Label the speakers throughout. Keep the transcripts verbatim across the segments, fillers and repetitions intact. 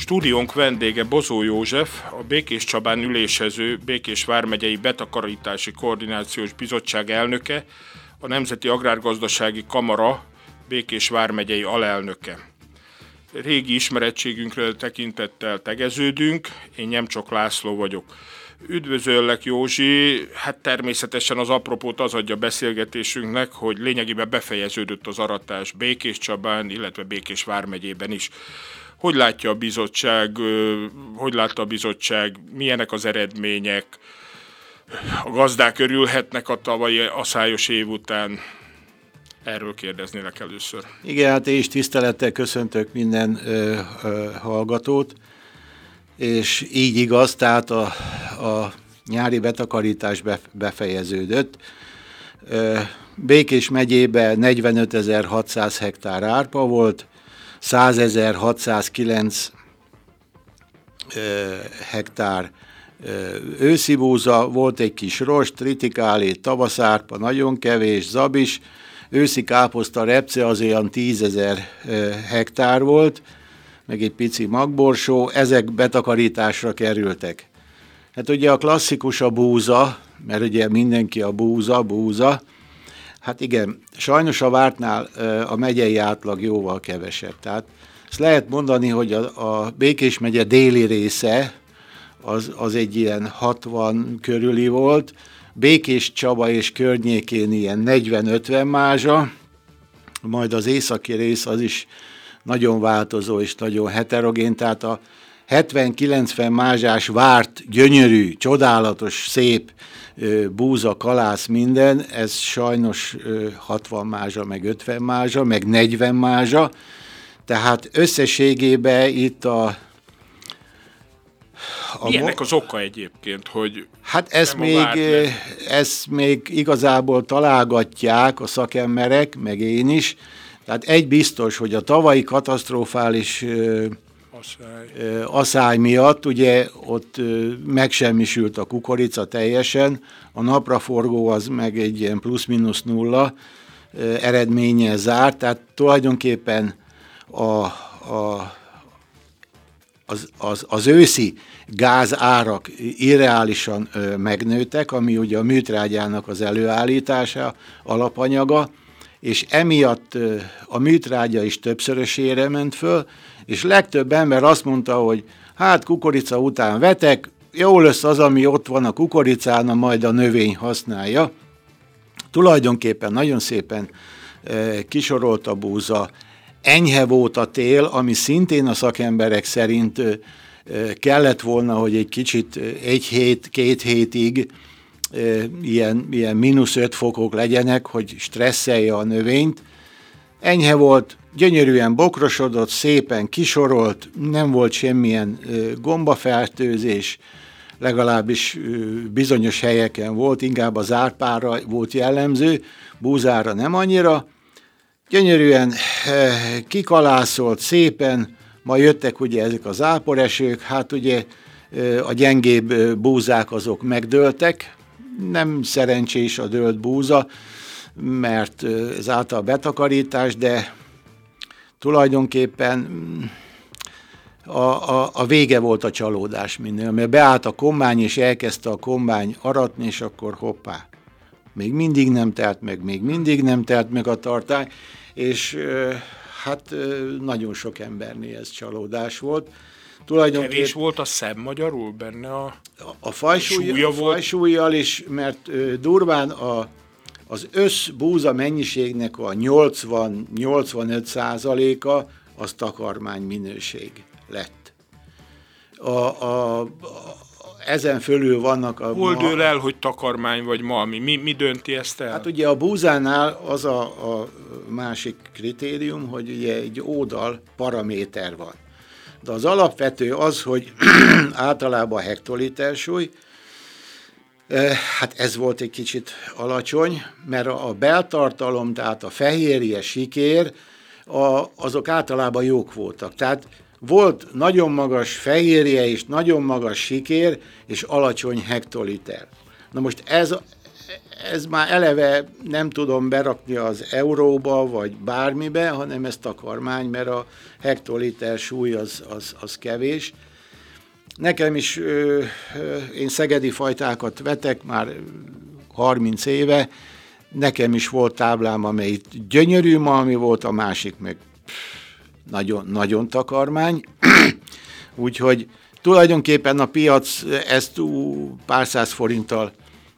Speaker 1: Stúdiónk vendége Bozó József, a Békés Csabán ülésező Békés vármegyei Betakarítási Koordinációs Bizottság elnöke, a Nemzeti Agrárgazdasági Kamara Békés vármegyei alelnöke. Régi ismerettségünkre tekintettel tegeződünk, én Nyemcsok László vagyok. Üdvözöllek, Józsi, hát természetesen az apropót az adja beszélgetésünknek, hogy lényegében befejeződött az aratás Békés Csabán, illetve Békés vármegyében is. Hogy látja a bizottság, hogy látta a bizottság, milyenek az eredmények, a gazdák örülhetnek a tavalyi aszályos év után? Erről kérdeznélek először.
Speaker 2: Igen, hát én is tisztelettel köszöntök minden ö, ö, hallgatót, és így igaz, tehát a, a nyári betakarítás befejeződött. Ö, Békés megyében negyvenötezer-hatszáz hektár árpa volt, százezer-hatszázkilenc ö, hektár ö, őszi búza, volt egy kis rost, tritikálé, tavaszárpa, nagyon kevés, zabis, őszi káposzta, repce az olyan tízezer hektár volt, meg egy pici magborsó, ezek betakarításra kerültek. Hát ugye a klasszikus a búza, mert ugye mindenki a búza, búza, hát igen, sajnos a vártnál a megyei átlag jóval kevesebb. Tehát ezt lehet mondani, hogy a, a Békés megye déli része az, az egy ilyen hatvan körüli volt, Békés Csaba és környékén ilyen negyven-ötven mázsa, majd az északi rész az is nagyon változó és nagyon heterogén, tehát a hetven-kilencven mázsás várt, gyönyörű, csodálatos, szép búza, kalász, minden, ez sajnos hatvan mázsa, meg ötven mázsa, meg negyven mázsa, tehát összességében itt a
Speaker 1: A Milyennek az oka egyébként, hogy
Speaker 2: hát ezt még, ezt még igazából találgatják a szakemberek, meg én is. Tehát egy biztos, hogy a tavalyi katasztrofális asszály, asszály miatt ugye ott megsemmisült a kukorica teljesen, a napraforgó az meg egy ilyen plusz-minusz nulla eredménnyel zárt, tehát tulajdonképpen a, a Az, az, az őszi gázárak irreálisan ö, megnőttek, ami ugye a műtrágyának az előállítása, alapanyaga, és emiatt ö, a műtrágya is többszörösére ment föl, és legtöbb ember azt mondta, hogy hát kukorica után vetek, jó lesz az, ami ott van a kukoricán, majd a növény használja. Tulajdonképpen nagyon szépen ö, kisorolt a búza, enyhe volt a tél, ami szintén a szakemberek szerint kellett volna, hogy egy kicsit egy hét, két hétig ilyen, ilyen mínusz öt fokok legyenek, hogy stresszelje a növényt. Enyhe volt, gyönyörűen bokrosodott, szépen kisorolt, nem volt semmilyen gombafertőzés, legalábbis bizonyos helyeken volt, inkább az árpára volt jellemző, búzára nem annyira. Gyönyörűen kikalászolt szépen, ma jöttek ugye ezek az záporesők, hát ugye a gyengébb búzák azok megdőltek, nem szerencsés a dőlt búza, mert ez által betakarítás, de tulajdonképpen a, a, a vége volt a csalódás minden, mert beállt a kombány, és elkezdte a kombány aratni, és akkor hoppá, még mindig nem telt meg, még mindig nem telt meg a tartály, és hát nagyon sok embernél ez csalódás volt.
Speaker 1: Tulajdonképpen kevés volt a szem magyarul benne a,
Speaker 2: a, a fajsúlya, fajsúlyjal is, mert durván a, az összbúza mennyiségnek a nyolcvan-nyolcvanöt százaléka az takarmány minőség lett. A, a, a Ezen fölül vannak a...
Speaker 1: Hol dől el, hogy takarmány vagy malmi? Mi, mi dönti ezt el?
Speaker 2: Hát ugye a búzánál az a, a másik kritérium, hogy ugye egy ódal paraméter van. De az alapvető az, hogy általában a hektoliter súly, hát ez volt egy kicsit alacsony, mert a beltartalom, tehát a fehérje, sikér, a, azok általában jók voltak. Tehát volt nagyon magas fehérje és nagyon magas sikér, és alacsony hektoliter. Na most ez, ez már eleve nem tudom berakni az euróba, vagy bármibe, hanem ez takarmány, mert a hektoliter súly az, az, az kevés. Nekem is, ö, ö, én szegedi fajtákat vetek már harminc éve, nekem is volt táblám, amely gyönyörű malmi volt, a másik meg pff, nagyon, nagyon takarmány. Úgyhogy tulajdonképpen a piac ezt pár száz forinttal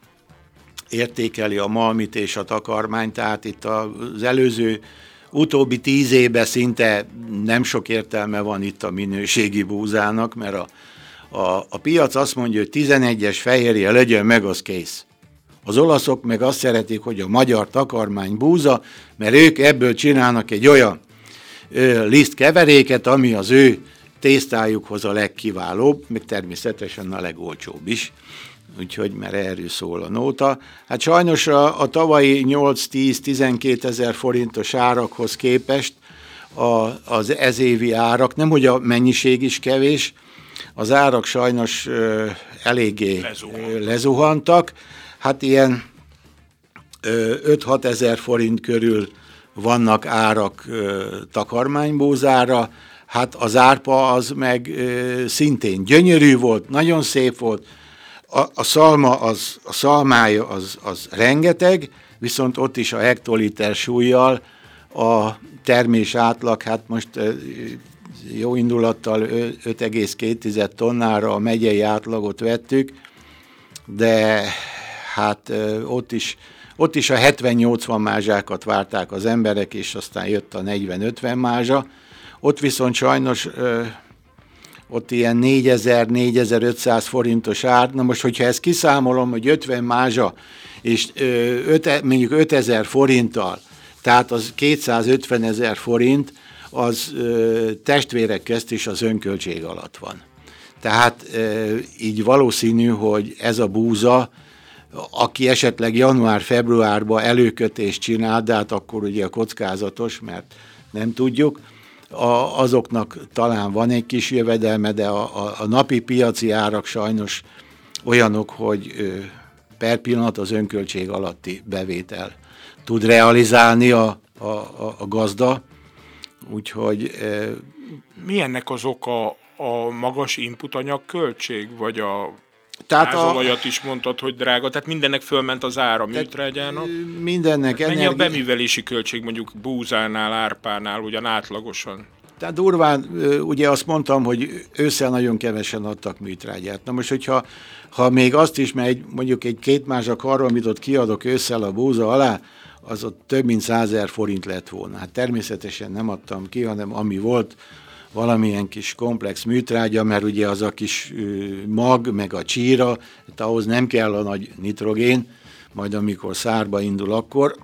Speaker 2: értékeli a malmit és a takarmányt, tehát itt az előző utóbbi tíz évben szinte nem sok értelme van itt a minőségi búzának, mert a, a, a piac azt mondja, hogy tizenegyes fehérje legyen meg, az kész. Az olaszok meg azt szeretik, hogy a magyar takarmány búza, mert ők ebből csinálnak egy olyan ö, lisztkeveréket, ami az ő tésztájukhoz a legkiválóbb, meg természetesen a legolcsóbb is. Úgyhogy, mert erről szól a nóta. Hát sajnos a, a tavalyi nyolc-tíz-tizenkét ezer forintos árakhoz képest a, az ezévi árak, nem hogy a mennyiség is kevés, az árak sajnos ö, eléggé Lezuhant. lezuhantak. Hát ilyen öt-hat ezer forint körül vannak árak ö, takarmánybúzára, hát az árpa az meg ö, szintén gyönyörű volt, nagyon szép volt. A, a szalma, az, a szalmája az, az rengeteg, viszont ott is a hektoliter súlyjal a termés átlag, hát most jó indulattal öt egész két tonnára a megyei átlagot vettük, de hát ott is, ott is a hetven-nyolcvan mázsákat várták az emberek, és aztán jött a negyven-ötven mázsa. Ott viszont sajnos ott ilyen négyezer-négyezer-ötszáz forintos ár. Na most, hogyha ezt kiszámolom, hogy ötven mázsa, és öt, mondjuk ötezer forinttal, tehát az kétszázötven ezer forint, az ö, testvérek közt is az önköltség alatt van. Tehát ö, így valószínű, hogy ez a búza, aki esetleg január-februárban előkötést csinál, de hát akkor ugye kockázatos, mert nem tudjuk, A, azoknak talán van egy kis jövedelme, de a, a, a napi piaci árak sajnos olyanok, hogy ö, per pillanat az önköltség alatti bevétel tud realizálni a, a, a, a gazda. Úgyhogy... Ö,
Speaker 1: Mi ennek az oka? A magas input anyagköltség, vagy a gázolajat is mondtad, hogy drága, tehát mindennek fölment az ára műtrágyának.
Speaker 2: Mindennek
Speaker 1: mennyi
Speaker 2: energi...
Speaker 1: a beművelési költség mondjuk búzánál, árpánál, ugyan átlagosan?
Speaker 2: Tehát durván, ugye azt mondtam, hogy ősszel nagyon kevesen adtak műtrágyát. Na most, hogyha ha még azt is, mert egy, mondjuk egy két mázsa karra, amit ott kiadok ősszel a búza alá, az ott több mint százezer forint lett volna. Hát természetesen nem adtam ki, hanem ami volt, valamilyen kis komplex műtrágya, mert ugye az a kis mag, meg a csíra, hát ahhoz nem kell a nagy nitrogén, majd amikor szárba indul akkor.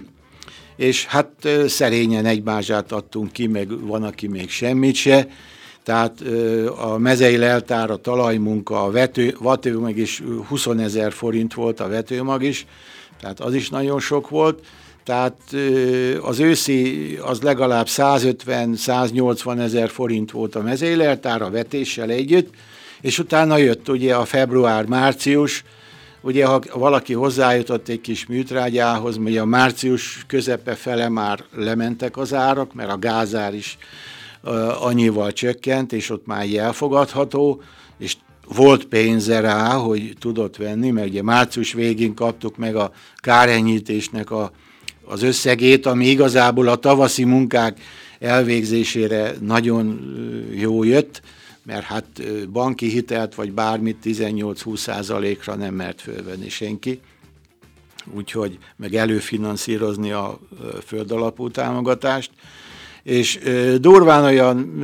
Speaker 2: És hát szerényen egy mázsát adtunk ki, meg van, aki még semmit se. Tehát a mezei leltár, a talajmunka, a vető, vetőmag is huszonezer forint volt a vetőmag is, tehát az is nagyon sok volt. Tehát az őszi az legalább százötven-száznyolcvan ezer forint volt a mezei leltár a vetéssel együtt, és utána jött ugye a február-március, ugye ha valaki hozzájutott egy kis műtrágyához, ugye a március közepe fele már lementek az árak, mert a gázár is uh, annyival csökkent, és ott már elfogadható, és volt pénze rá, hogy tudott venni, mert ugye március végén kaptuk meg a kárenyhítésnek a, az összegét, ami igazából a tavaszi munkák elvégzésére nagyon jó jött, mert hát banki hitelt vagy bármit tizennyolc-húsz százalékra nem mert fölvenni senki, úgyhogy meg előfinanszírozni a földalapú támogatást, és durván olyan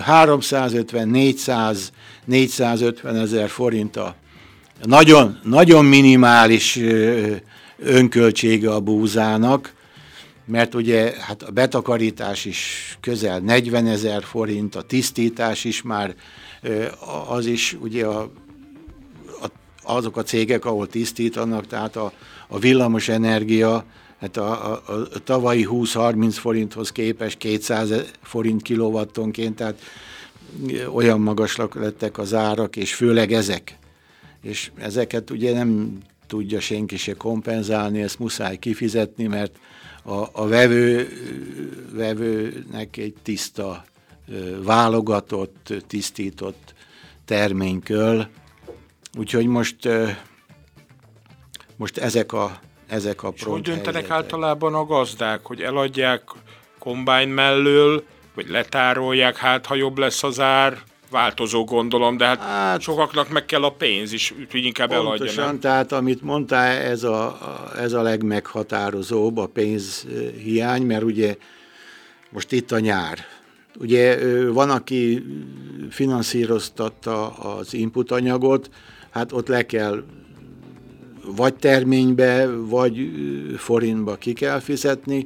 Speaker 2: háromszázötven-négyszáz-négyszázötven ezer forint a nagyon, nagyon minimális önköltsége a búzának, mert ugye hát a betakarítás is közel negyven ezer forint, a tisztítás is már, az is ugye a, a, azok a cégek, ahol tisztítanak, tehát a, a villamos energia, hát a, a, a tavalyi húsz-harminc forinthoz képest kétszáz forint kilowattonként, tehát olyan magaslak lettek az árak, és főleg ezek. És ezeket ugye nem tudja senki se kompenzálni, ezt muszáj kifizetni, mert a, a vevő, vevőnek egy tiszta, válogatott, tisztított termény kell. Úgyhogy most, most ezek a, ezek a
Speaker 1: És hogy döntenek
Speaker 2: helyzetek.
Speaker 1: általában a gazdák, hogy eladják kombány mellől, vagy letárolják, hát ha jobb lesz az ár? Változó gondolom, de hát, hát sokaknak meg kell a pénz is, úgyhogy inkább eladja.
Speaker 2: Pontosan, tehát amit mondtál, ez a, ez a legmeghatározóbb, a pénzhiány, mert ugye most itt a nyár. Ugye van, aki finanszíroztatta az input anyagot, hát ott le kell vagy terménybe, vagy forintba ki kell fizetni,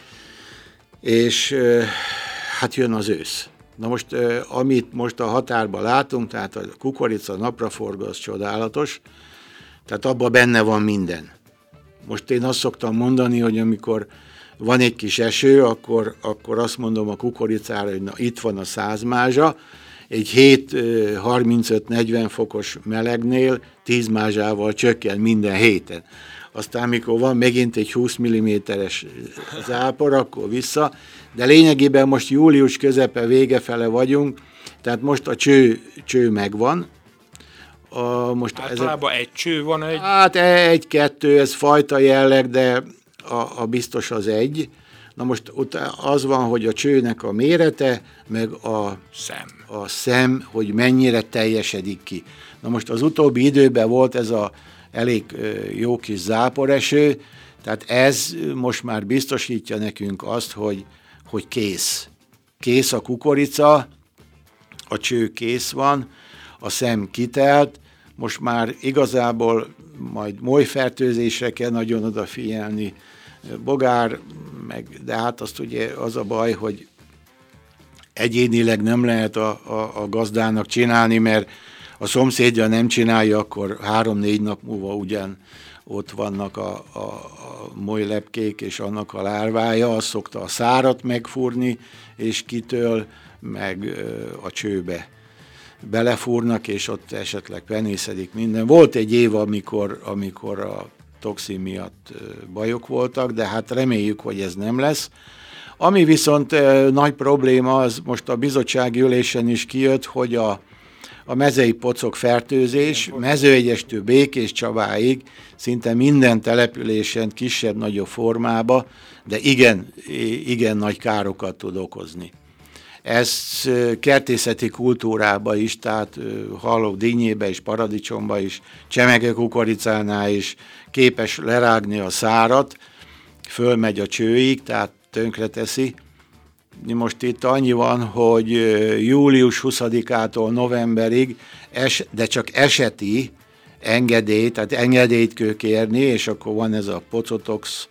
Speaker 2: és hát jön az ősz. Na most, amit most a határban látunk, tehát a kukorica, napraforgó, az csodálatos, tehát abban benne van minden. Most én azt szoktam mondani, hogy amikor van egy kis eső, akkor, akkor azt mondom a kukoricára, hogy na, itt van a százmázsa, egy hét harmincöt negyven fokos melegnél tíz mázsával csökken minden héten. Aztán, mikor van megint egy húsz milliméteres zápor, akkor vissza, de lényegében most július közepe, vége fele vagyunk, tehát most a cső, cső megvan. A, most
Speaker 1: általában ezek, egy cső van? Egy...
Speaker 2: Hát egy-kettő, ez fajta jelleg, de a, a biztos az egy. Na most az van, hogy a csőnek a mérete, meg a
Speaker 1: szem.
Speaker 2: a szem, hogy mennyire teljesedik ki. Na most az utóbbi időben volt ez a elég jó kis záporeső, tehát ez most már biztosítja nekünk azt, hogy, hogy kész. Kész a kukorica, a cső kész van, a szem kitelt, most már igazából majd molyfertőzésre kell nagyon odafigyelni, bogár, meg, de hát azt ugye az a baj, hogy egyénileg nem lehet a, a, a gazdának csinálni, mert a szomszédja nem csinálja, akkor három-négy nap múlva ugyan ott vannak a, a, a molylepkék és annak a lárvája, az szokta a szárat megfúrni, és kitől meg a csőbe belefúrnak, és ott esetleg penészedik minden. Volt egy év, amikor, amikor a toxin miatt bajok voltak, de hát reméljük, hogy ez nem lesz. Ami viszont e, nagy probléma, az most a bizottsági ülésen is kijött, hogy a, a mezei pocok fertőzés Mezőegyestől Békés Csabáig szinte minden településen kisebb-nagyobb formába, de igen, igen nagy károkat tud okozni. Ez kertészeti kultúrába is, tehát halló dinnyébe és paradicsomba is, csemege kukoricánál is képes lerágni a szárat, fölmegy a csőig, tehát tönkreteszi. Most itt annyi van, hogy július huszadikától novemberig, es, de csak eseti engedély, tehát engedélyt kell kérni, és akkor van ez a pocotox.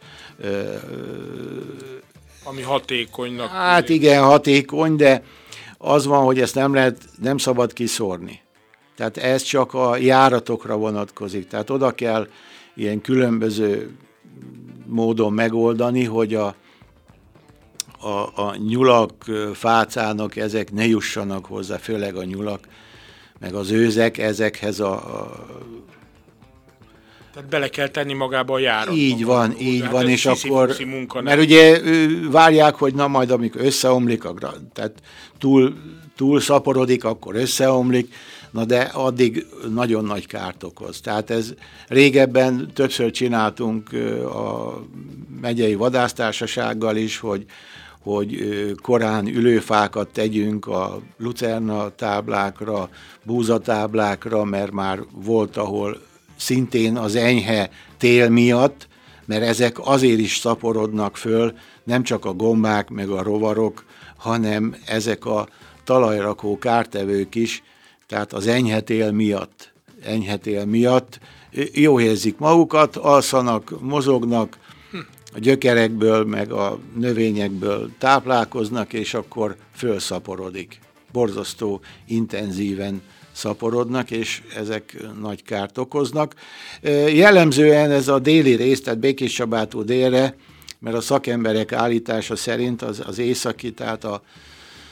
Speaker 1: Ami hatékonynak.
Speaker 2: Hát tűnik. Igen, hatékony, de az van, hogy ezt nem lehet, nem szabad kiszórni. Tehát ez csak a járatokra vonatkozik. Tehát oda kell ilyen különböző módon megoldani, hogy a A, a nyulak, fácának ezek ne jussanak hozzá, főleg a nyulak, meg az őzek ezekhez a... a...
Speaker 1: Tehát bele kell tenni magába a járatba.
Speaker 2: Így van,
Speaker 1: maga.
Speaker 2: így
Speaker 1: hát
Speaker 2: van, és akkor...
Speaker 1: Munka,
Speaker 2: mert ugye várják, hogy na majd amikor összeomlik, a, tehát túl, túl szaporodik, akkor összeomlik, na de addig nagyon nagy kárt okoz. Tehát ez régebben többször csináltunk a megyei vadásztársasággal is, hogy hogy korán ülőfákat tegyünk a lucerna táblákra, búzatáblákra, mert már volt, ahol szintén az enyhe tél miatt, mert ezek azért is szaporodnak föl, nem csak a gombák meg a rovarok, hanem ezek a talajrakó kártevők is, tehát az enyhe tél miatt, enyhe tél miatt jó érzik magukat, alszanak, mozognak, a gyökerekből, meg a növényekből táplálkoznak, és akkor fölszaporodik. Borzasztó intenzíven szaporodnak, és ezek nagy kárt okoznak. Jellemzően ez a déli rész, tehát Békés Csabától délre, mert a szakemberek állítása szerint az, az északi, tehát a,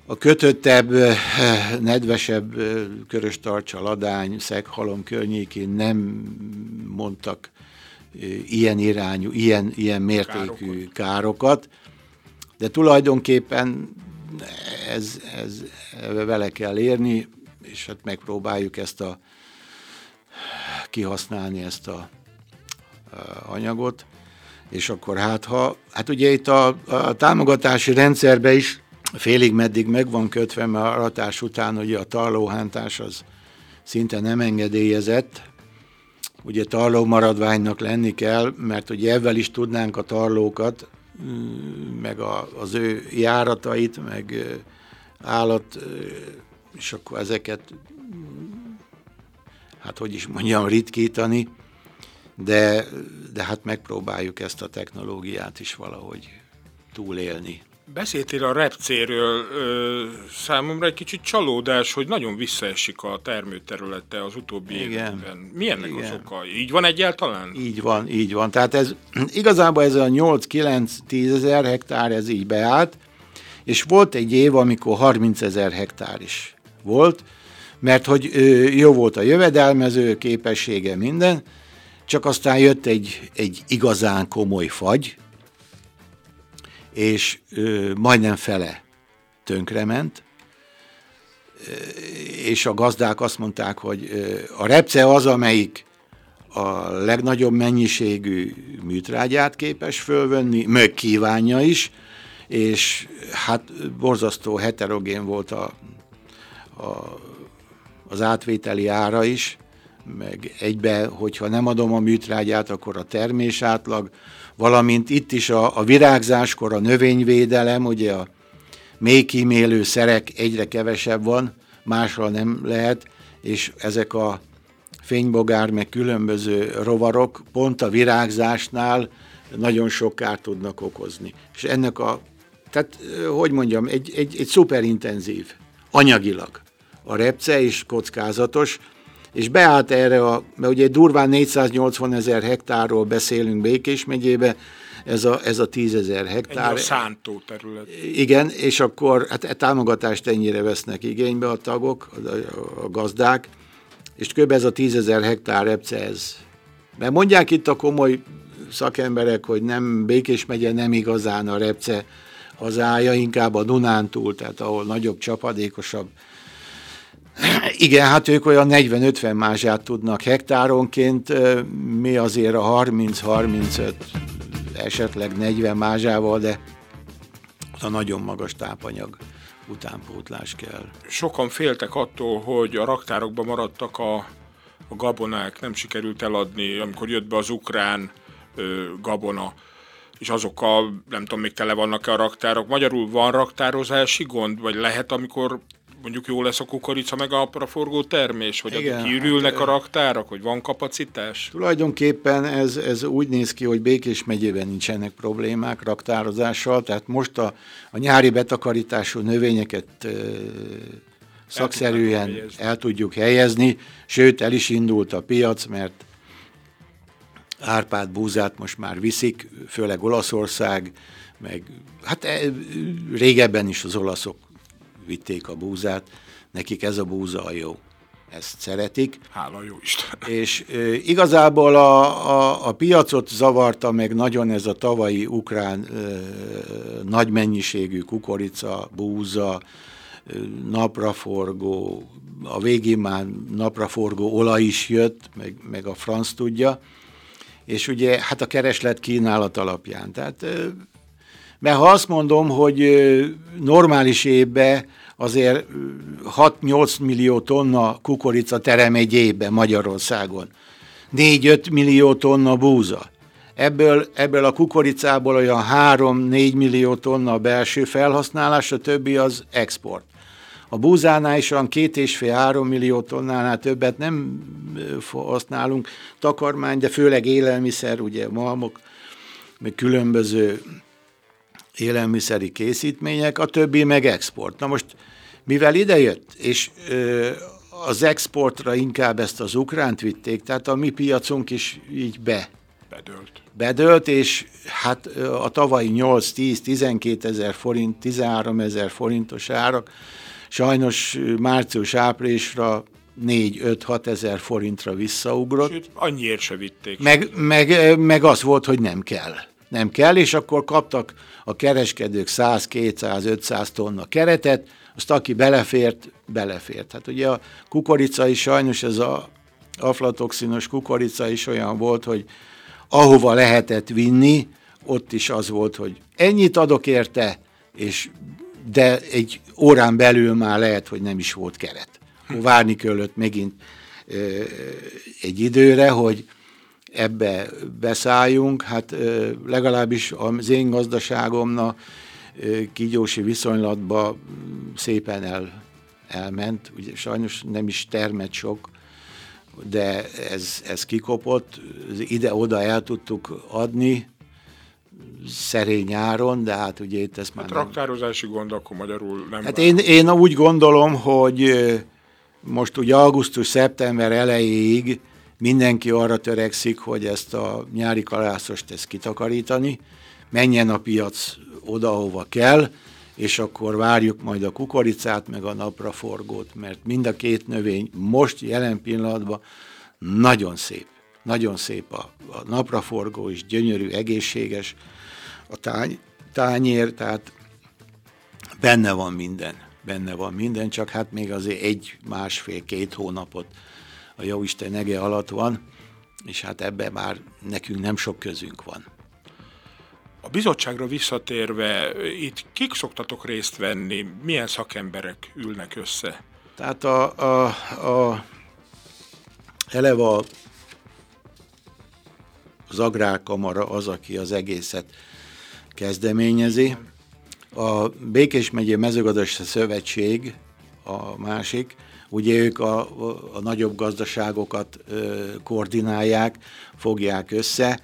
Speaker 2: a kötöttebb, nedvesebb körös tarcsa, ladány, szeghalom környékén nem mondtak ilyen irányú, ilyen, ilyen mértékű károkat. károkat, de tulajdonképpen ez, ez vele kell érni, és hát megpróbáljuk ezt a kihasználni ezt a, a anyagot, és akkor hát ha, hát ugye itt a, a támogatási rendszerbe is félig meddig meg van kötve, mert a aratás után ugye a tarlóhántás az szinte nem engedélyezett, ugye tarlómaradványnak lenni kell, mert ugye ebben is tudnánk a tarlókat, meg a, az ő járatait, meg állat, és akkor ezeket, hát hogy is mondjam, ritkítani, de, de hát megpróbáljuk ezt a technológiát is valahogy túlélni.
Speaker 1: Beszéltél a repcéről, számomra egy kicsit csalódás, hogy nagyon visszaesik a termőterülete az utóbbi években. Mi ennek Igen. az oka? Így van egyáltalán?
Speaker 2: Így van, így van. Tehát ez igazából ez a nyolc-kilenc-tíz ezer hektár, ez így beállt, és volt egy év, amikor harminc ezer hektár is volt, mert hogy jó volt a jövedelmező képessége, minden, csak aztán jött egy, egy igazán komoly fagy, és ö, majdnem fele tönkrement, és a gazdák azt mondták, hogy ö, a repce az, amelyik a legnagyobb mennyiségű műtrágyát képes fölvenni, meg kívánja is, és hát borzasztó heterogén volt a, a, az átvételi ára is, meg egybe, hogyha nem adom a műtrágyát, akkor a termés átlag, valamint itt is a, a virágzáskor a növényvédelem, ugye a mélykímélő szerek egyre kevesebb van, máshol nem lehet, és ezek a fénybogár, meg különböző rovarok pont a virágzásnál nagyon sok kárt tudnak okozni. És ennek a, tehát hogy mondjam, egy, egy, egy szuperintenzív, anyagilag a repce is kockázatos, és beállt erre, a, mert ugye durván négyszáznyolcvan ezer hektárról beszélünk Békés megyébe, ez a, ez a tízezer hektár.
Speaker 1: Ennyi a szántó terület.
Speaker 2: Igen, és akkor hát e támogatást ennyire vesznek igénybe a tagok, a, a gazdák, és kb. Ez a tízezer hektár repce ez. Mert mondják itt a komoly szakemberek, hogy nem Békés megye nem igazán a repce hazája, inkább a Dunántúl, tehát ahol nagyobb, csapadékosabb. Igen, hát ők olyan negyven-ötven mázsát tudnak hektáronként, mi azért a harminc-harmincöt, esetleg negyven mázsával, de a nagyon magas tápanyag utánpótlás kell.
Speaker 1: Sokan féltek attól, hogy a raktárokban maradtak a, a gabonák, nem sikerült eladni, amikor jött be az ukrán ö, gabona, és azok a, nem tudom, még tele vannak-e a raktárok. Magyarul van raktározási gond, vagy lehet, amikor mondjuk jó lesz a kukorica, meg a napraforgó termés, vagy
Speaker 2: Igen,
Speaker 1: kiürülnek
Speaker 2: hát,
Speaker 1: a raktárak, hogy van kapacitás?
Speaker 2: Tulajdonképpen ez, ez úgy néz ki, hogy Békés megyében nincsenek problémák raktározással, tehát most a, a nyári betakarítású növényeket ö, szakszerűen el, el tudjuk helyezni, sőt el is indult a piac, mert árpát, búzát most már viszik, főleg Olaszország, meg hát régebben is az olaszok vitték a búzát, nekik ez a búza a jó. Ezt szeretik.
Speaker 1: Hála jó Isten.
Speaker 2: És e, igazából a, a, a piacot zavarta meg nagyon ez a tavalyi ukrán e, nagy mennyiségű kukorica, búza, e, napraforgó, a végén már napraforgó olaj is jött, meg, meg a franc tudja, és ugye hát a kereslet kínálat alapján. Tehát, e, mert ha azt mondom, hogy normális évben azért hat-nyolc millió tonna kukorica terem egy évben Magyarországon, négy-öt millió tonna búza. Ebből, ebből a kukoricából olyan három-négy millió tonna a belső felhasználás, a többi az export. A búzánál is olyan két és fél-három millió tonnánál többet nem használunk, takarmány, de főleg élelmiszer, ugye malmok, meg különböző élelmiszeri készítmények, a többi meg export. Na most, mivel idejött, és ö, az exportra inkább ezt az ukránt vitték, tehát a mi piacunk is így be
Speaker 1: Bedőlt.
Speaker 2: Bedőlt, és hát a tavalyi nyolc, tíz, tizenkét ezer forint, tizenhárom ezer forintos árak sajnos március-áprilisra négy, öt, hat ezer forintra visszaugrott.
Speaker 1: Sőt, annyiért se vitték.
Speaker 2: Meg, meg, meg az volt, hogy nem kell. Nem kell, és akkor kaptak a kereskedők száz, kétszáz, ötszáz tonna keretet, azt aki belefért, belefért. Hát ugye a kukorica is sajnos, ez a aflatoxinos kukorica is olyan volt, hogy ahova lehetett vinni, ott is az volt, hogy ennyit adok érte, és de egy órán belül már lehet, hogy nem is volt keret. Várni kellett megint ö, egy időre, hogy ebbe beszálljunk. Hát ö, legalábbis az én gazdaságomnak ö, kígyósi viszonylatban szépen el, elment. Ugye sajnos nem is termett sok, de ez, ez kikopott. Ide-oda el tudtuk adni, szerény áron, de hát ugye itt ezt már...
Speaker 1: Hát raktározási gond, akkor magyarul nem...
Speaker 2: Hát én, én úgy gondolom, hogy most ugye augusztus-szeptember elejéig mindenki arra törekszik, hogy ezt a nyári kalászost ezt kitakarítani, menjen a piac oda, ahova kell, és akkor várjuk majd a kukoricát, meg a napraforgót, mert mind a két növény most jelen pillanatban nagyon szép. Nagyon szép a, a napraforgó is, gyönyörű, egészséges a tány, tányér, tehát benne van minden, benne van minden, csak hát még azért egy, másfél, két hónapot a jóisten ege alatt van, és hát ebben már nekünk nem sok közünk van.
Speaker 1: A bizottságra visszatérve, itt kik szoktatok részt venni? Milyen szakemberek ülnek össze?
Speaker 2: Tehát a, a, a eleve a az Agrárkamara az, aki az egészet kezdeményezi. A Békés megyei mezőgazdasági szövetség a másik, ugye ők a, a nagyobb gazdaságokat ö, koordinálják, fogják össze.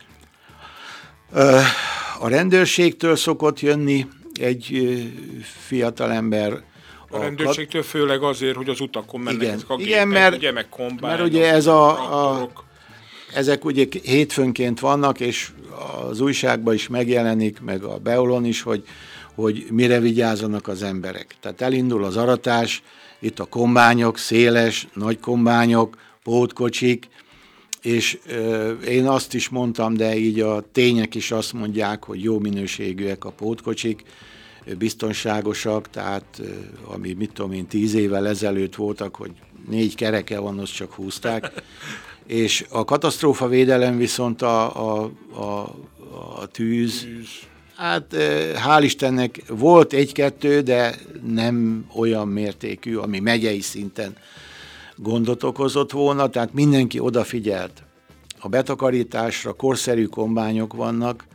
Speaker 2: Ö, a rendőrségtől szokott jönni egy ö, fiatalember.
Speaker 1: A rendőrségtől főleg azért, hogy az utakon mennek
Speaker 2: igen,
Speaker 1: ezek a gépek,
Speaker 2: igen, mert,
Speaker 1: ugye, meg kombányok,
Speaker 2: mert ugye ez a, a ezek ugye hétfőnként vannak, és az újságban is megjelenik, meg a Beolon is, hogy, hogy mire vigyázzanak az emberek. Tehát elindul az aratás, itt a kombányok, széles, nagy kombányok, pótkocsik, és ö, én azt is mondtam, de így a tények is azt mondják, hogy jó minőségűek a pótkocsik, biztonságosak, tehát ami mit tudom én, tíz évvel ezelőtt voltak, hogy négy kereke van, azt csak húzták. És a katasztrófavédelem viszont a, a, a, a tűz, tűz, hát hál' Istennek volt egy-kettő, de nem olyan mértékű, ami megyei szinten gondot okozott volna, tehát mindenki odafigyelt. A betakarításra korszerű kombányok vannak,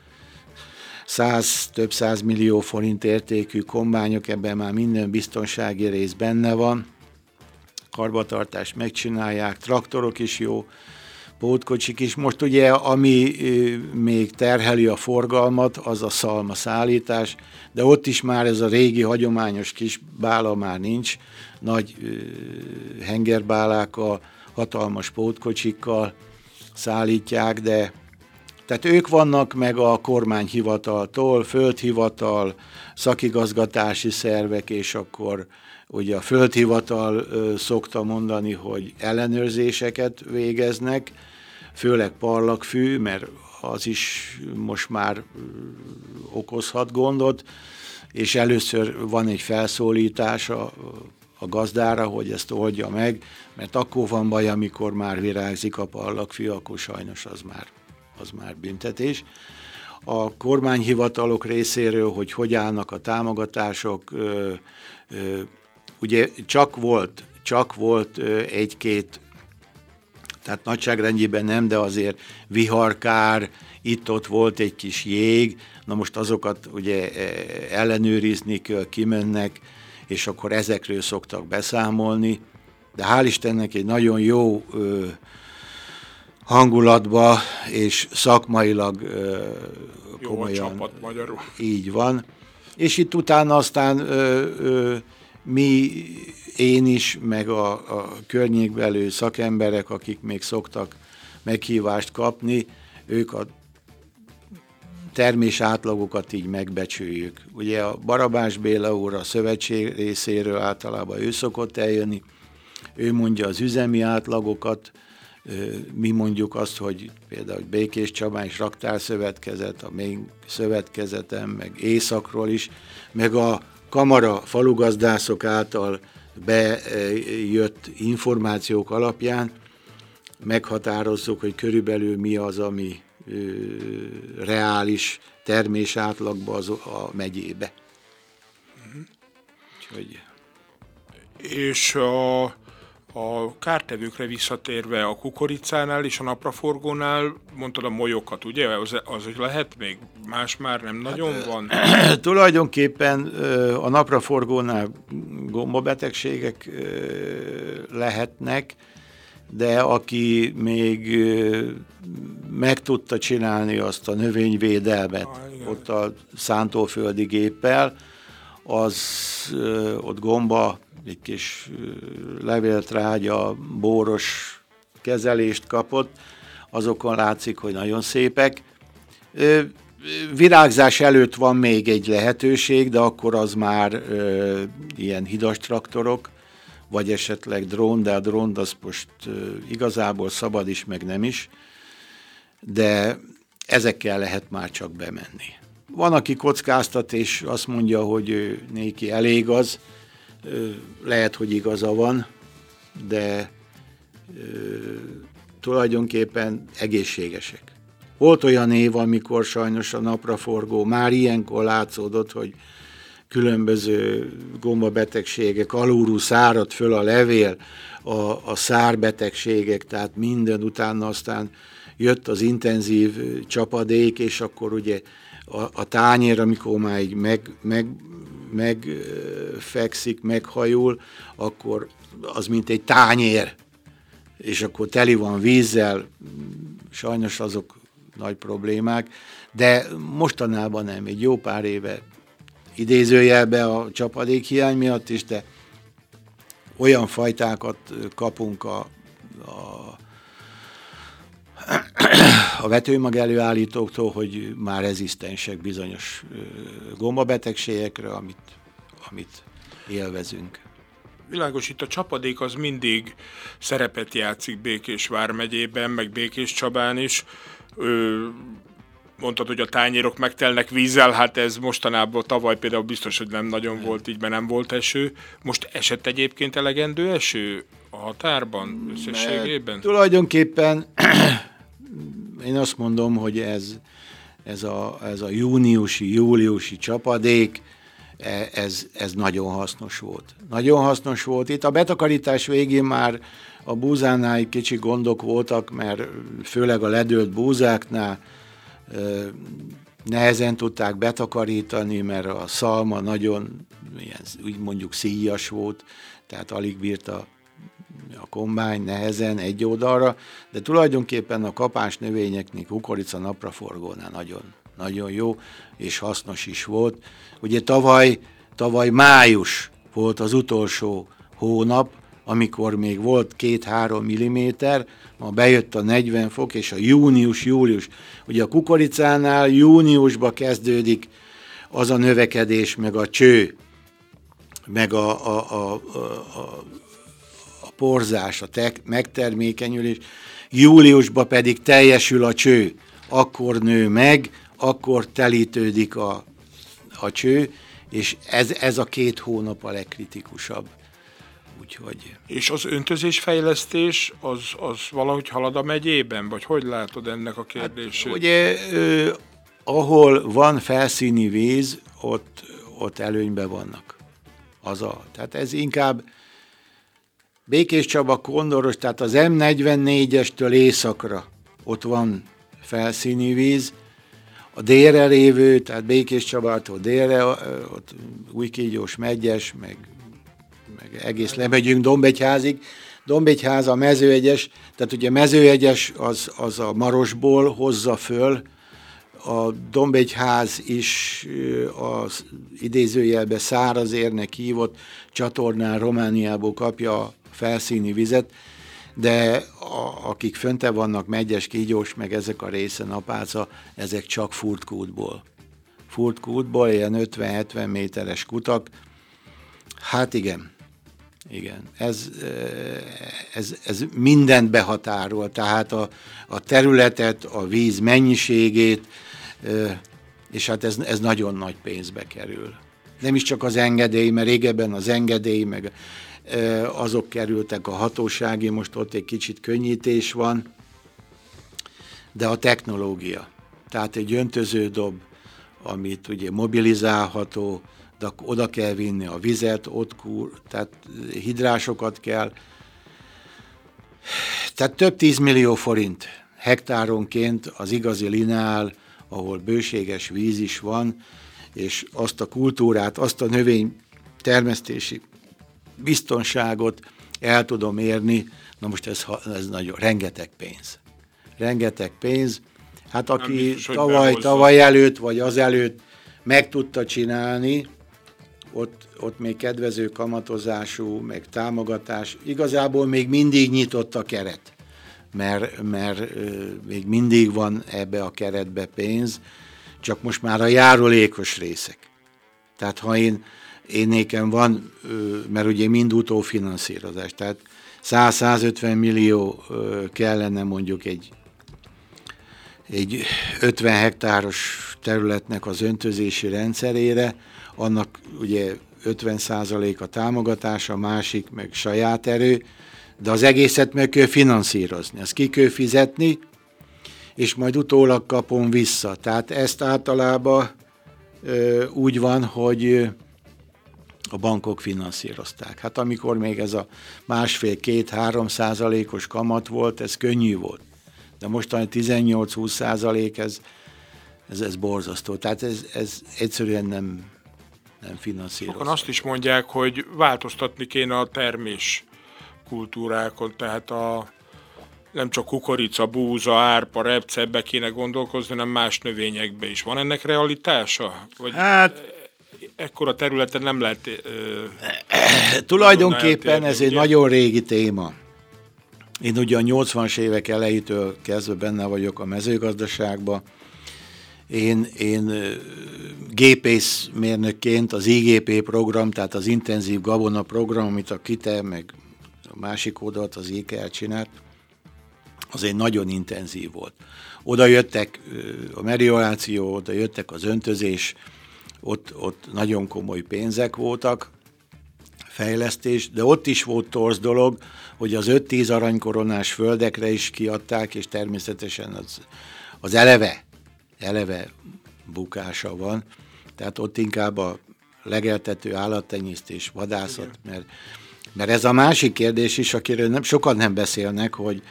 Speaker 2: száz, több száz millió forint értékű kombányok, ebben már minden biztonsági rész benne van, karbantartást megcsinálják, traktorok is jó, pótkocsik is. Most ugye, ami még terheli a forgalmat, az a szalma szállítás, de ott is már ez a régi hagyományos kis bála már nincs, nagy hengerbálákkal, hatalmas pótkocsikkal szállítják, de tehát ők vannak meg a kormányhivataltól, földhivatal, szakigazgatási szervek, és akkor ugye a földhivatal ö, szokta mondani, hogy ellenőrzéseket végeznek, főleg parlagfű, mert az is most már ö, okozhat gondot, és először van egy felszólítás a, a gazdára, hogy ezt oldja meg, mert akkor van baj, amikor már virágzik a parlagfű, akkor sajnos az már, az már büntetés. A kormányhivatalok részéről, hogy hogy állnak a támogatások, ö, ö, ugye csak volt, csak volt egy-két, tehát nagyságrendjében nem, de azért viharkár, itt-ott volt egy kis jég, na most azokat ugye ellenőrizni kell, kimennek, és akkor ezekről szoktak beszámolni, de hál' Istennek egy nagyon jó ö, hangulatba és szakmailag ö,
Speaker 1: jó
Speaker 2: komolyan.
Speaker 1: A csapat magyarul.
Speaker 2: Így van. És itt utána aztán ö, ö, mi, én is, meg a, a környékbelül szakemberek, akik még szoktak meghívást kapni, ők a termés átlagokat így megbecsüljük. Ugye a Barabás Béla úr a szövetség részéről általában ő szokott eljönni, ő mondja az üzemi átlagokat, mi mondjuk azt, hogy például Békés Csabán is raktárszövetkezet, a még szövetkezetem, meg északról is, meg a kamara falugazdászok által bejött információk alapján meghatározzuk, hogy körülbelül mi az, ami ö, reális termés átlagban az a megyébe. Úgyhogy...
Speaker 1: És a, a kártevőkre visszatérve a kukoricánál és a napraforgónál mondtad a molyokat, ugye? Az, az lehet még? Más már nem nagyon hát, van?
Speaker 2: Tulajdonképpen a napraforgónál gombabetegségek lehetnek, de aki még meg tudta csinálni azt a növényvédelmet ah, ott a szántóföldi géppel, az ott gomba, egy kis levéltrágya, bóros kezelést kapott, azokon látszik, hogy nagyon szépek. Virágzás előtt van még egy lehetőség, de akkor az már ilyen hidas traktorok, vagy esetleg drón, de a drón az most igazából szabad is, meg nem is, de ezekkel lehet már csak bemenni. Van, aki kockáztat, és azt mondja, hogy néki elég az, lehet, hogy igaza van, de tulajdonképpen egészségesek. Volt olyan év, amikor sajnos a napraforgó már ilyenkor látszódott, hogy különböző gombabetegségek, alulról szárad föl a levél, a, a szárbetegségek, tehát minden utána aztán jött az intenzív csapadék, és akkor ugye a, a tányér, amikor már így meg, meg, megfekszik, meghajul, akkor az mint egy tányér, és akkor teli van vízzel, sajnos azok nagy problémák, de mostanában nem, egy jó pár éve idézőjelbe a csapadékhiány miatt is, de olyan fajtákat kapunk a, a, a vetőmag előállítóktól, hogy már rezisztensek bizonyos gombabetegségekre, amit, amit élvezünk.
Speaker 1: Világos, itt a csapadék az mindig szerepet játszik Békés vármegyében, meg Békés Csabán is. Ö, mondtad, hogy a tányérok megtelnek vízzel, hát ez mostanában, tavaly például biztos, hogy nem nagyon nem. volt így, mert nem volt eső. Most esett egyébként elegendő eső a határban összességében?
Speaker 2: Mert tulajdonképpen én azt mondom, hogy ez, ez, a, ez a júniusi, júliusi csapadék, ez, ez nagyon hasznos volt. Nagyon hasznos volt. Itt a betakarítás végén már a búzánál kicsi gondok voltak, mert főleg a ledőlt búzáknál nehezen tudták betakarítani, mert a szalma nagyon, ilyen, úgy mondjuk szíjas volt, tehát alig bírta a kombány nehezen egy oldalra, de tulajdonképpen a kapás növényeknél, kukorica napraforgónál nagyon, nagyon jó, és hasznos is volt. Ugye tavaly, tavaly május volt az utolsó hónap, amikor még volt két-három milliméter, ma bejött a negyven fok, és a június-július. Ugye a kukoricánál júniusba kezdődik az a növekedés, meg a cső, meg a, a, a, a, a porzás, a tek, megtermékenyülés, júliusba pedig teljesül a cső. Akkor nő meg, akkor telítődik a, a cső, és ez, ez a két hónap a legkritikusabb. Úgyhogy... És
Speaker 1: az öntözésfejlesztés az, az valahogy halad a megyében? Vagy hogy látod ennek a kérdését?
Speaker 2: Hát, ugye, ö, ahol van felszíni víz, ott, ott előnyben vannak. Az a, tehát ez inkább Békés Csaba, Kondoros, tehát az em negyvennégyestől északra ott van felszíni víz, a délre lévő, tehát Békés Csabától délre, ott Újkígyós, Medgyes, meg meg egész lemegyünk Dombegyházig. Dombegyház a Mezőegyes, tehát ugye Mezőegyes az, az a Marosból hozza föl, a Dombegyház is az idézőjelben szárazérnek hívott csatornán Romániából kapja a felszíni vizet, de a, akik fönte vannak, Megyes, Kígyós, meg ezek a részen, Apáca, ezek csak furtkútból. Furtkútból, ilyen ötven-hetven méteres kutak. Hát igen, igen, ez, ez, ez mindent behatárol, tehát a, a területet, a víz mennyiségét, és hát ez, ez nagyon nagy pénzbe kerül. Nem is csak az engedély, mert régebben az engedély, meg azok kerültek a hatósági, most ott egy kicsit könnyítés van, de a technológia. Tehát egy öntöződob, amit ugye mobilizálható, de oda kell vinni a vizet, ott kúr, tehát hidrásokat kell. Tehát több tízmillió forint hektáronként az igazi lineál, ahol bőséges víz is van, és azt a kultúrát, azt a növény termesztési biztonságot el tudom érni. Na most ez, ez nagyon, rengeteg pénz. Rengeteg pénz. Hát aki biztos, tavaly, tavaly előtt, vagy az előtt meg tudta csinálni, ott, ott még kedvező kamatozású, meg támogatás, igazából még mindig nyitott a keret, mert, mert még mindig van ebbe a keretbe pénz, csak most már a járulékos részek. Tehát ha én, én nékem van, mert ugye mind utófinanszírozás, tehát száz-százötven millió kellene mondjuk egy, egy ötven hektáros területnek az öntözési rendszerére, annak ugye ötven százalék a támogatás, a másik meg saját erő, de az egészet meg kell finanszírozni, ezt ki kell fizetni, és majd utólag kapom vissza. Tehát ezt általában ö, úgy van, hogy a bankok finanszírozták. Hát amikor még ez a másfél-két-három százalékos kamat volt, ez könnyű volt. De mostani tizennyolc-húsz százalék, ez, ez, ez borzasztó. Tehát ez, ez egyszerűen nem, nem finanszírozható.
Speaker 1: Sokan azt is mondják, hogy változtatni kéne a termés kultúrákon, tehát a, nem csak kukorica, búza, árpa, repce, ebbe kéne gondolkozni, hanem más növényekbe is. Van ennek realitása? Vagy hát ekkora területen nem lehet... Ö,
Speaker 2: tulajdonképpen ez ugye? Egy nagyon régi téma. Én ugye a nyolcvanas évek elejétől kezdve benne vagyok a mezőgazdaságban. Én, én gépészmérnökként az I G P program, tehát az intenzív gabona program, amit a KITE, meg a másik oldalt az I K L csinált, az egy nagyon intenzív volt. Oda jöttek a melioráció, oda jöttek az öntözés, ott, ott nagyon komoly pénzek voltak, fejlesztés, de ott is volt torz dolog, hogy az öt-tíz aranykoronás földekre is kiadták, és természetesen az, az eleve, eleve bukása van. Tehát ott inkább a legeltető állattenyésztés, vadászat, mert, mert ez a másik kérdés is, akiről nem, sokan nem beszélnek, hogy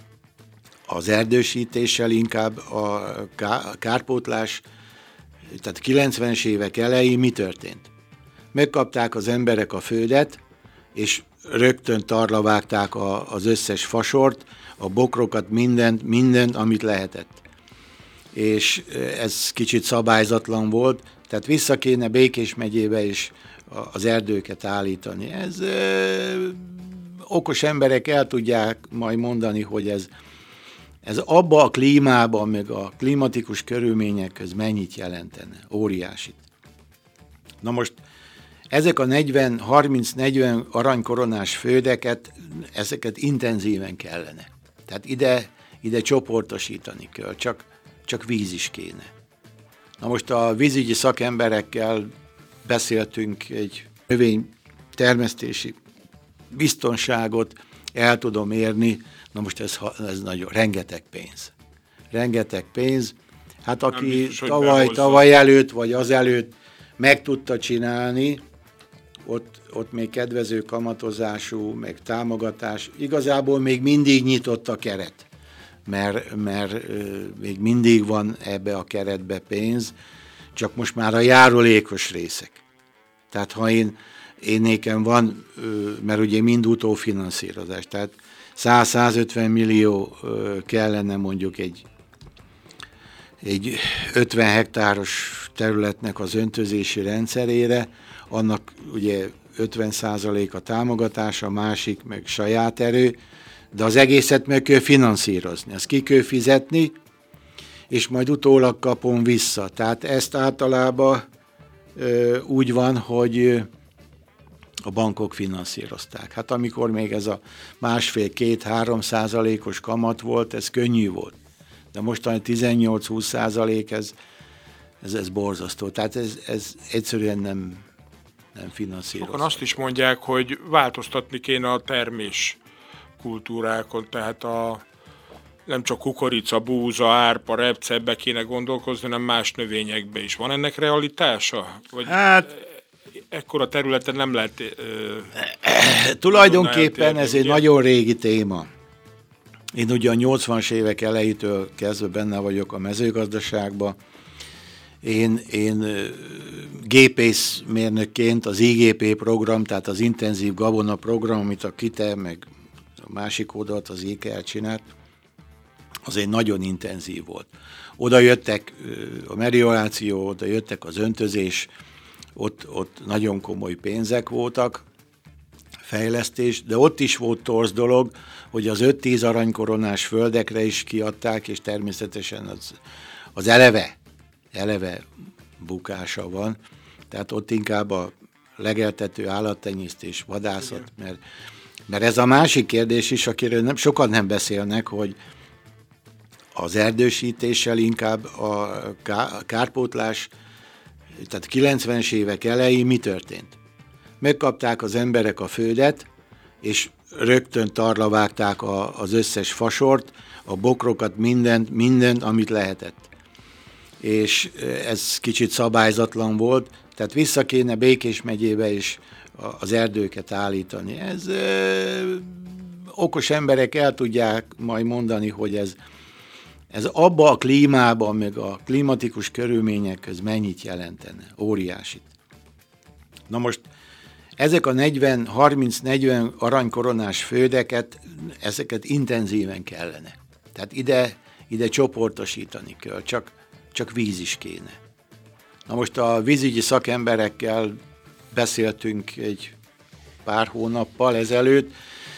Speaker 2: az erdősítéssel inkább a kárpótlás, tehát kilencvenes évek elején mi történt? Megkapták az emberek a földet, és rögtön tarla vágták a, az összes fasort, a bokrokat, mindent, mindent, amit lehetett. És ez kicsit szabályzatlan volt, tehát vissza kéne Békés megyébe is az erdőket állítani. Ez ö, okos emberek el tudják majd mondani, hogy ez, ez abba a klímában, meg a klimatikus körülmények köz mennyit jelentene, óriásit. Na most ezek a negyven, harminc-negyven aranykoronás földeket, ezeket intenzíven kellene. Tehát ide, ide csoportosítani kell, csak, csak víz is kéne. Na most a vízügyi szakemberekkel beszéltünk egy növénytermesztési biztonságot, el tudom érni, na most ez, ez nagyon, rengeteg pénz. Rengeteg pénz. Hát aki biztos, tavaly, tavaly előtt, vagy az előtt meg tudta csinálni, ott, ott még kedvező kamatozású, meg támogatás, igazából még mindig nyitott a keret, mert, mert még mindig van ebbe a keretbe pénz, csak most már a járulékos részek. Tehát ha én, én nékem van, mert ugye mind utófinanszírozás, tehát száz-százötven millió kellene mondjuk egy, egy ötven hektáros területnek az öntözési rendszerére, annak ugye ötven százalék a támogatás, a másik meg saját erő, de az egészet meg kell finanszírozni, ezt ki kell fizetni, és majd utólag kapom vissza. Tehát ezt általában ö, úgy van, hogy a bankok finanszírozták. Hát amikor még ez a másfél-két-három százalékos kamat volt, ez könnyű volt. De mostani tizennyolc-húsz százalék, ez, ez, ez borzasztó. Tehát ez, ez egyszerűen nem, nem finanszírozható.
Speaker 1: Sokan azt is mondják, hogy változtatni kéne a termés kultúrákon, tehát a, nem csak kukorica, búza, árpa, repce, ebbe kéne gondolkozni, hanem más növényekbe is. Van ennek realitása? Vagy hát ekkora területen nem lehet... Ö,
Speaker 2: tulajdonképpen ez egy ugye? Nagyon régi téma. Én ugye a nyolcvanas évek elejétől kezdve benne vagyok a mezőgazdaságban. Én, én gépészmérnökként az i gé pé program, tehát az intenzív gabona program, amit a KITE, meg a másik oldalt az i ká el csinált, az egy nagyon intenzív volt. Oda jöttek a melioráció, oda jöttek az öntözés, ott, ott nagyon komoly pénzek voltak, fejlesztés, de ott is volt torz dolog, hogy az öt-tíz aranykoronás földekre is kiadták, és természetesen az, az eleve, eleve bukása van. Tehát ott inkább a legeltető állattenyésztés, vadászat, mert, mert ez a másik kérdés is, akiről nem, sokan nem beszélnek, hogy az erdősítéssel inkább a kárpótlás, tehát kilencvenes évek elején mi történt? Megkapták az emberek a földet, és rögtön tarla vágták a, az összes fasort, a bokrokat, mindent, mindent, amit lehetett. És ez kicsit szabályzatlan volt, tehát vissza kéne Békés megyébe is az erdőket állítani. Ez ö, okos emberek el tudják majd mondani, hogy ez, ez abba a klímában, meg a klimatikus körülmények köz mennyit jelentene, óriásit. Na most ezek a negyven, harminc-negyven aranykoronás földeket, ezeket intenzíven kellene. Tehát ide, ide csoportosítani kell, csak, csak víz is kéne. Na most a vízügyi szakemberekkel beszéltünk egy pár hónappal ezelőtt.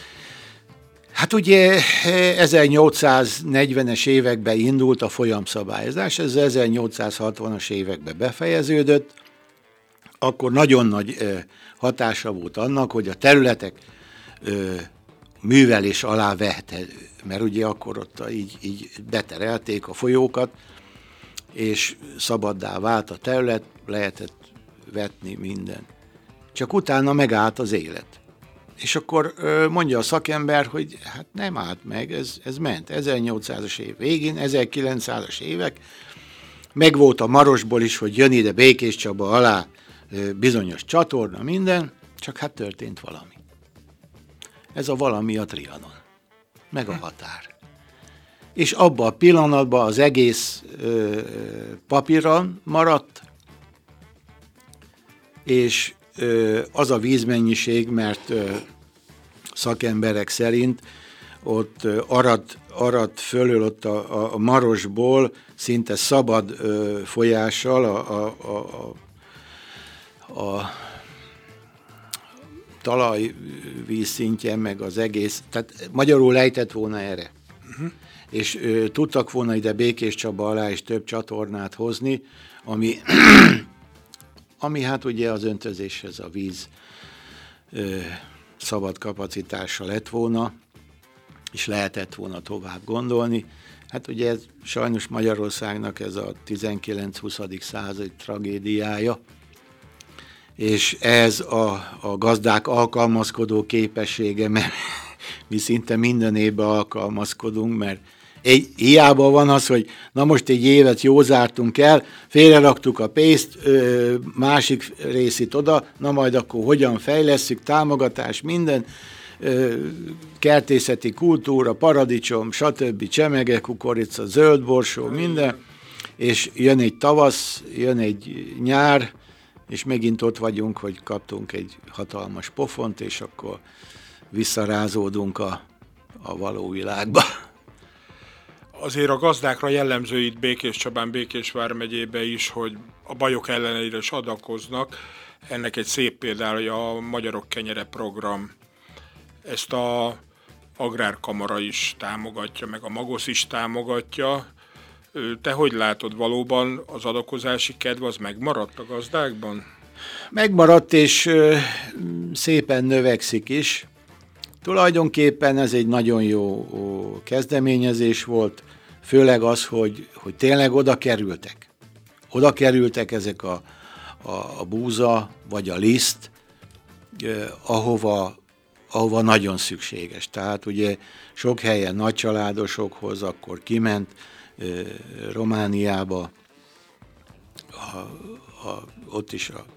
Speaker 2: Hát ugye ezernyolcszáznegyvenes években indult a folyamszabályozás, ez ezernyolcszázhatvanas években befejeződött, akkor nagyon nagy hatása volt annak, hogy a területek ö, művelés alá vette, mert ugye akkor ott így, így beterelték a folyókat, és szabaddá vált a terület, lehetett vetni minden. Csak utána megállt az élet. És akkor ö, mondja a szakember, hogy hát nem állt meg, ez, ez ment. ezernyolcszázas év végén, ezerkilencszázas évek, meg volt a Marosból is, hogy jön ide Békéscsaba alá bizonyos csatorna, minden, csak hát történt valami. Ez a valami a Trianon, meg a határ. És abban a pillanatban az egész ö, papíron maradt, és ö, az a vízmennyiség, mert ö, szakemberek szerint ott ö, aradt, aradt fölül ott a, a, a Marosból szinte szabad ö, folyással a, a, a, a a talajvíz szintje, meg az egész, tehát magyarul lejtett volna erre. Uh-huh. És ö, tudtak volna ide Békéscsaba alá is több csatornát hozni, ami, ami hát ugye az öntözéshez a víz ö, szabad kapacitása lett volna, és lehetett volna tovább gondolni. Hát ugye ez, sajnos Magyarországnak ez a tizenkilenc-huszadik század tragédiája, és ez a, a gazdák alkalmazkodó képessége, mert mi szinte minden évben alkalmazkodunk, mert egy, hiába van az, hogy na most egy évet jó zártunk el, félreraktuk a pénzt, ö, másik részét oda, na majd akkor hogyan fejlesszük, támogatás, minden, ö, kertészeti kultúra, paradicsom, stb., csemege, kukorica, zöldborsó, minden, és jön egy tavasz, jön egy nyár, és megint ott vagyunk, hogy kaptunk egy hatalmas pofont, és akkor visszarázódunk a, a való világba.
Speaker 1: Azért a gazdákra jellemző itt Békéscsabán, Békés vármegyébe is, hogy a bajok ellenére is adakoznak. Ennek egy szép példája a Magyarok Kenyere program. Ezt a Agrárkamara is támogatja, meg a Magosz is támogatja. Te hogy látod, valóban az adakozási kedv az megmaradt a gazdákban?
Speaker 2: Megmaradt, és szépen növekszik is. Tulajdonképpen ez egy nagyon jó kezdeményezés volt, főleg az, hogy, hogy tényleg oda kerültek. Oda kerültek ezek a, a, a búza vagy a liszt, eh, ahova, ahova nagyon szükséges. Tehát ugye sok helyen nagycsaládosokhoz, akkor kiment eh, Romániába, a, a, ott is a,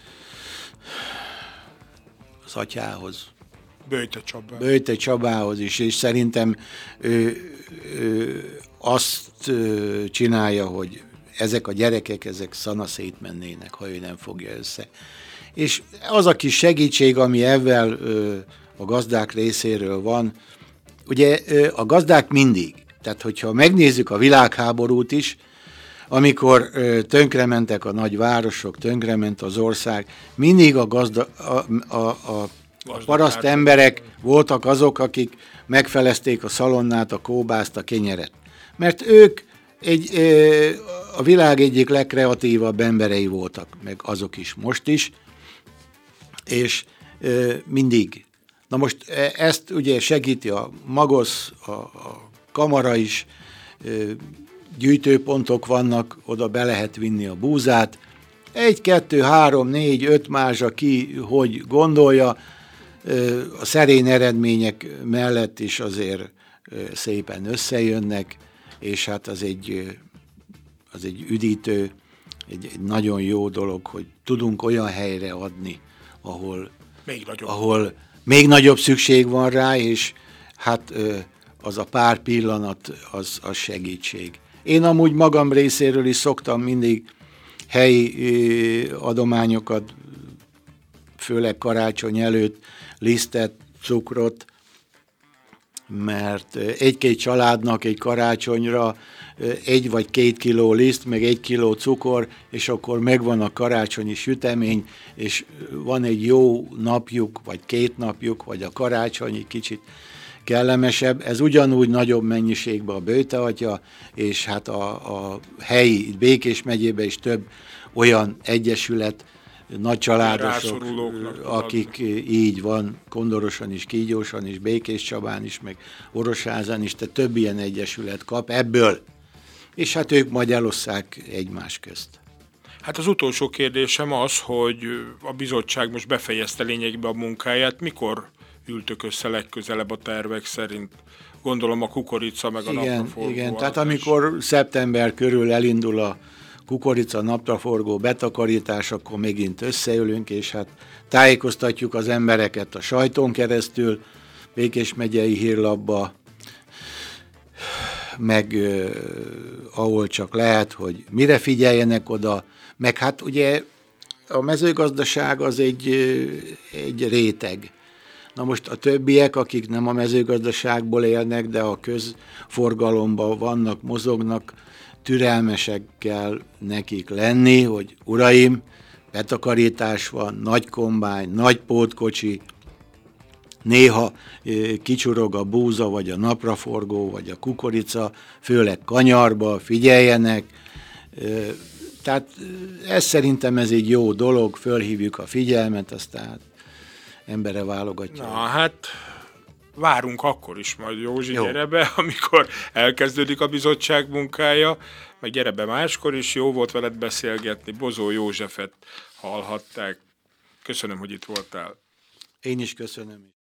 Speaker 2: az atyához,
Speaker 1: Böjte Csabához.
Speaker 2: Böjte Csabához is, és szerintem ő, ő azt csinálja, hogy ezek a gyerekek, ezek szana szétmennének, ha ő nem fogja össze. És az a kis segítség, ami ezzel a gazdák részéről van, ugye a gazdák mindig, tehát hogyha megnézzük a világháborút is, amikor tönkrementek a nagy városok, tönkrement az ország, mindig a, gazda, a, a, a A paraszt emberek voltak azok, akik megfelezték a szalonnát, a kóbászt, a kenyeret. Mert ők egy, a világ egyik legkreatívabb emberei voltak, meg azok is most is, és mindig. Na most ezt ugye segíti a Magosz, a, a kamara is, gyűjtőpontok vannak, oda be lehet vinni a búzát. Egy, kettő, három, négy, öt mázsa, ki hogy gondolja, a szerény eredmények mellett is azért szépen összejönnek, és hát az egy, az egy üdítő, egy, egy nagyon jó dolog, hogy tudunk olyan helyre adni, ahol
Speaker 1: még nagyobb.
Speaker 2: ahol még nagyobb szükség van rá, és hát az a pár pillanat, az, az segítség. Én amúgy magam részéről is szoktam mindig helyi adományokat, főleg karácsony előtt, lisztet, cukrot, mert egy-két családnak egy karácsonyra egy vagy két kiló liszt, meg egy kiló cukor, és akkor megvan a karácsonyi sütemény, és van egy jó napjuk, vagy két napjuk, vagy a karácsonyi kicsit kellemesebb. Ez ugyanúgy nagyobb mennyiségben a Böjte atya, és hát a, a helyi, Békés megyében is több olyan egyesület, nagy családosok, akik így van, Kondorosan is, Kígyósan is, Békés Csabán is, meg Orosházán is, tehát több ilyen egyesület kap ebből, és hát ők majd elosszák egymás közt.
Speaker 1: Hát az utolsó kérdésem az, hogy a bizottság most befejezte lényegben a munkáját, mikor ültök össze legközelebb a tervek szerint? Gondolom a kukorica meg a
Speaker 2: igen,
Speaker 1: napraforgó.
Speaker 2: Igen, tehát amikor szeptember körül elindul a kukorica, napraforgó, betakarítás, akkor megint összeülünk, és hát tájékoztatjuk az embereket a sajton keresztül, Békés megyei hírlapba, meg uh, ahol csak lehet, hogy mire figyeljenek oda, meg hát ugye a mezőgazdaság az egy, egy réteg. Na most a többiek, akik nem a mezőgazdaságból élnek, de a közforgalomban vannak, mozognak, türelmesek kell nekik lenni, hogy uraim, betakarítás van, nagy kombány, nagy pótkocsi, néha kicsurog a búza, vagy a napraforgó, vagy a kukorica, főleg kanyarba, figyeljenek. Tehát ez szerintem ez egy jó dolog, fölhívjuk a figyelmet, aztán embere válogatja.
Speaker 1: Na hát várunk akkor is majd, Józsi,
Speaker 2: jó.
Speaker 1: Gyere be, amikor elkezdődik a bizottság munkája, meg gyere be máskor is, jó volt veled beszélgetni, Bozó Józsefet hallhatták. Köszönöm, hogy itt voltál.
Speaker 2: Én is köszönöm.